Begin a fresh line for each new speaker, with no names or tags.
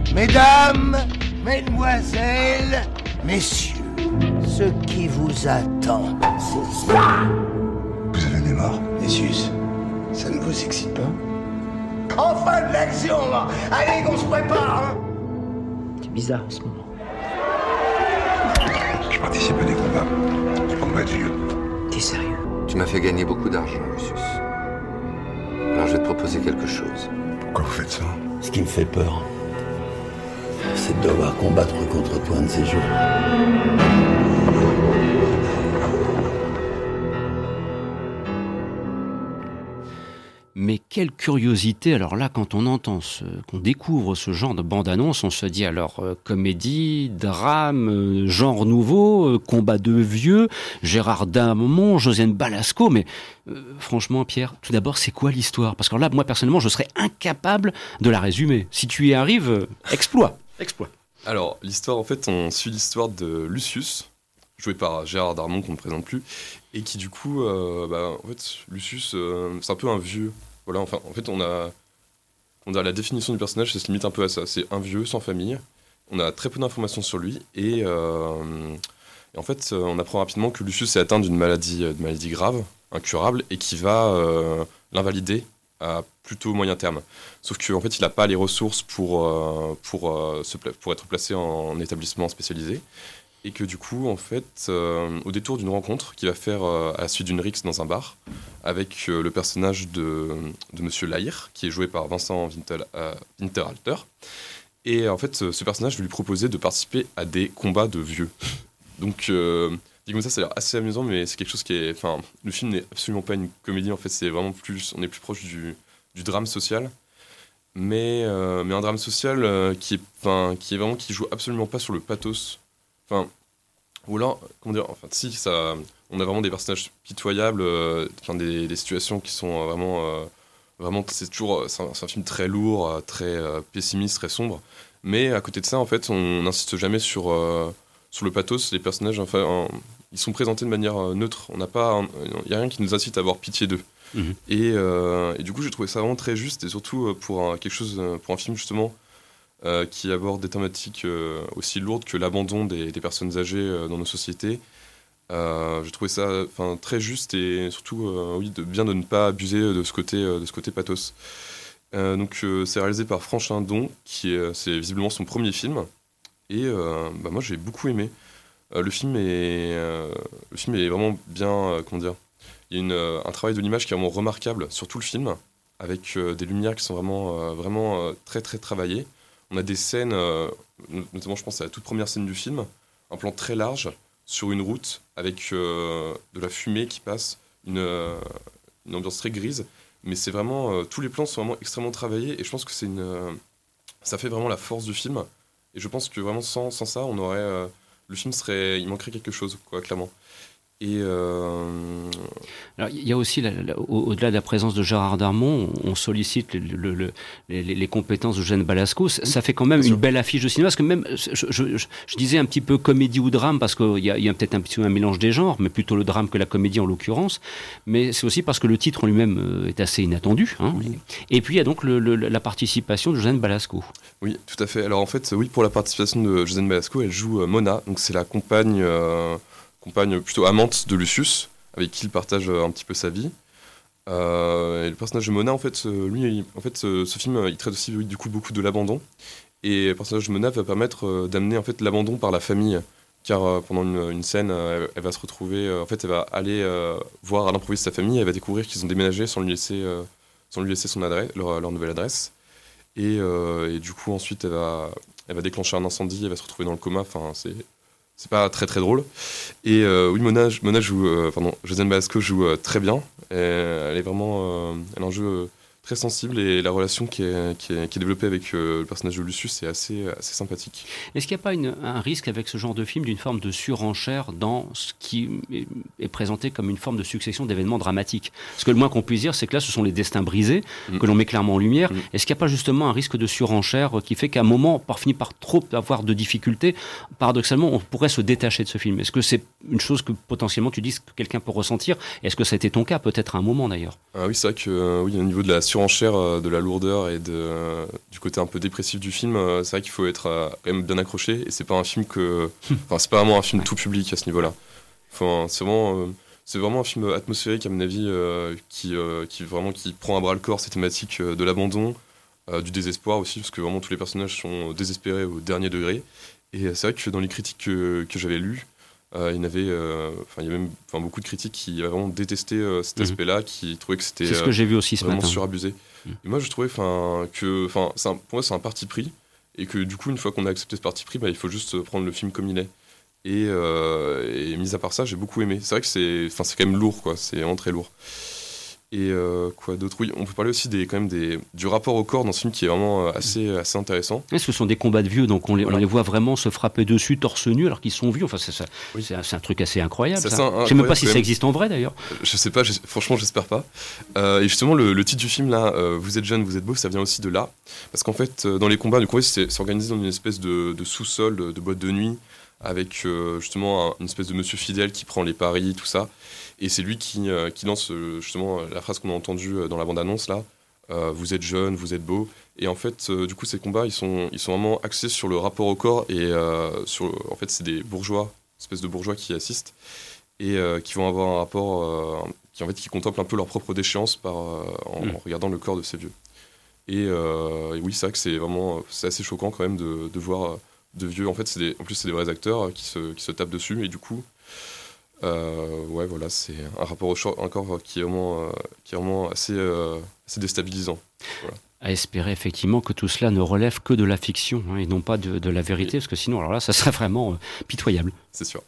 Mesdames, mesdemoiselles, messieurs, ce qui vous attend, c'est ça.
Vous avez des morts, Messieurs, ça ne vous excite pas?
Enfin de l'action, allez qu'on se prépare, hein.
C'est bizarre en ce moment.
Je participe à des combats. Pour me vieux.
T'es sérieux?
Tu m'as fait gagner beaucoup d'argent, Lucius. Alors je vais te proposer quelque chose.
Pourquoi vous faites ça?
Ce qui me fait peur, c'est de devoir combattre contre toi un de ces jours.
Mais quelle curiosité, alors là, quand on entend, qu'on découvre ce genre de bande-annonce, on se dit alors comédie, drame, genre nouveau, combat de vieux, Gérard Darmon, Josiane Balasco, mais franchement, Pierre, tout d'abord, c'est quoi l'histoire? Parce que là, moi, personnellement, je serais incapable de la résumer. Si tu y arrives, exploit.
Alors, l'histoire, en fait, on suit l'histoire de Lucius, joué par Gérard Darmon, qu'on ne présente plus, et qui, du coup, en fait, Lucius, c'est un peu un vieux. Voilà, enfin, en fait, on a la définition du personnage, ça se limite un peu à ça. C'est un vieux sans famille. On a très peu d'informations sur lui, et en fait, on apprend rapidement que Lucius est atteint d'une maladie grave, incurable, et qui va l'invalider à plutôt moyen terme. Sauf qu'en fait, il n'a pas les ressources pour être placé en établissement spécialisé. Et que du coup, en fait, au détour d'une rencontre qu'il va faire à la suite d'une rixe dans un bar, avec le personnage de Monsieur Lahire, qui est joué par Vincent Winterhalter. Et en fait, ce personnage va lui proposer de participer à des combats de vieux. Donc, dit comme ça a l'air assez amusant, mais c'est quelque chose qui est... Enfin, le film n'est absolument pas une comédie, en fait, c'est vraiment plus... On est plus proche du drame social. Mais un drame social qui joue absolument pas sur le pathos. Enfin, ou là, comment dire, enfin, si, ça, on a vraiment des personnages pitoyables, des situations qui sont vraiment, c'est un film très lourd, très pessimiste, très sombre. Mais à côté de ça, en fait, on n'insiste jamais sur le pathos. Les personnages, enfin, ils sont présentés de manière neutre. Il n'y a rien qui nous incite à avoir pitié d'eux. Mmh. Et du coup, j'ai trouvé ça vraiment très juste, et surtout pour un film justement. Qui aborde des thématiques aussi lourdes que l'abandon des personnes âgées dans nos sociétés. J'ai trouvé ça très juste, et surtout bien de ne pas abuser de ce côté pathos. Donc c'est réalisé par Franck Lindon, c'est visiblement son premier film, et moi j'ai beaucoup aimé. Le film est vraiment bien, comment dire, il y a un travail de l'image qui est vraiment remarquable sur tout le film, avec des lumières qui sont vraiment très très travaillées. On a des scènes, notamment je pense à la toute première scène du film, un plan très large sur une route avec de la fumée qui passe, une ambiance très grise, mais c'est vraiment, tous les plans sont vraiment extrêmement travaillés, et je pense que ça fait vraiment la force du film, et je pense que vraiment sans ça, on aurait, le film il manquerait quelque chose, quoi, clairement. Et
alors, il y a aussi, au-delà de la présence de Gérard Darmon, on sollicite les compétences de Josiane Balasco. Ça fait quand même une belle affiche de cinéma, parce que même, je disais un petit peu comédie ou drame, parce qu'il y a peut-être un mélange des genres, mais plutôt le drame que la comédie en l'occurrence. Mais c'est aussi parce que le titre en lui-même est assez inattendu. Hein. Oui. Et puis il y a donc la participation de Josiane Balasco.
Oui, tout à fait. Alors en fait, oui, pour la participation de Josiane Balasco, elle joue Mona, donc c'est la compagne plutôt amante de Lucius, avec qui il partage un petit peu sa vie. Et le personnage de Mona, en fait, ce film, il traite aussi du coup beaucoup de l'abandon. Et le personnage de Mona va permettre d'amener en fait l'abandon par la famille, car pendant une scène, elle va se retrouver, elle va aller voir à l'improviste sa famille, et elle va découvrir qu'ils ont déménagé sans lui laisser son adresse, leur nouvelle adresse. Et du coup, ensuite, elle va déclencher un incendie, elle va se retrouver dans le coma. Enfin, c'est pas très très drôle. Et oui, Josiane Balasco joue très bien. Elle est vraiment, elle a un jeu très sensible, et la relation qui est développée avec le personnage de Lucius est assez sympathique.
Est-ce qu'il n'y a pas un risque avec ce genre de film d'une forme de surenchère dans ce qui est présenté comme une forme de succession d'événements dramatiques? Parce que le moins qu'on puisse dire, c'est que là, ce sont les destins brisés que l'on met clairement en lumière. Est-ce qu'il n'y a pas justement un risque de surenchère qui fait qu'à un moment, on finit par trop avoir de difficultés? Paradoxalement, on pourrait se détacher de ce film. Est-ce que c'est une chose que potentiellement tu dis que quelqu'un peut ressentir? Est-ce que ça a été ton cas peut-être à un moment d'ailleurs?
Ah oui, c'est vrai que oui, au niveau de la surenchère, surenchère de la lourdeur et du côté un peu dépressif du film, c'est vrai qu'il faut être quand même bien accroché. Et c'est pas un film c'est pas vraiment un film tout public à ce niveau-là. C'est vraiment un film atmosphérique à mon avis qui prend à bras le corps ces thématiques de l'abandon, du désespoir aussi, parce que vraiment tous les personnages sont désespérés au dernier degré. Et c'est vrai que dans les critiques que j'avais lues, il y avait même beaucoup de critiques qui avaient vraiment détesté cet aspect-là, qui trouvaient que c'était
C'est ce que j'ai vu aussi ce
vraiment
matin.
surabusé. Et moi je trouvais pour moi c'est un parti pris, et que du coup une fois qu'on a accepté ce parti pris, il faut juste prendre le film comme il est. Et mis à part ça, j'ai beaucoup aimé. C'est vrai que c'est quand même lourd, quoi. C'est vraiment très lourd. Et quoi d'autre? Oui, on peut parler aussi du rapport au corps dans ce film qui est vraiment assez intéressant.
Et ce sont des combats de vieux, donc on les voit vraiment se frapper dessus torse nu alors qu'ils sont vieux. Enfin, c'est un truc assez incroyable. Je ne sais même pas si ça existe en vrai d'ailleurs.
Je sais pas, franchement, j'espère pas. Et justement, le titre du film là, Vous êtes jeune, vous êtes beau, ça vient aussi de là. Parce qu'en fait, dans les combats, du coup, c'est organisé dans une espèce de sous-sol, de boîte de nuit, avec justement une espèce de monsieur fidèle qui prend les paris, tout ça. Et c'est lui qui lance justement la phrase qu'on a entendue dans la bande-annonce là, vous êtes jeune, vous êtes beau. Et en fait, du coup, ces combats, ils sont vraiment axés sur le rapport au corps et en fait, c'est des bourgeois, espèces de bourgeois qui assistent et qui vont avoir un rapport qui contemplent un peu leur propre déchéance en regardant le corps de ces vieux. Et oui, c'est vrai que c'est assez choquant quand même de voir de vieux. En fait, c'est des vrais acteurs qui se tapent dessus, et du coup, voilà, c'est un rapport au corps qui est vraiment assez déstabilisant. Voilà.
À espérer effectivement que tout cela ne relève que de la fiction et non pas de la vérité, parce que sinon, alors là, ça serait vraiment pitoyable.
C'est sûr.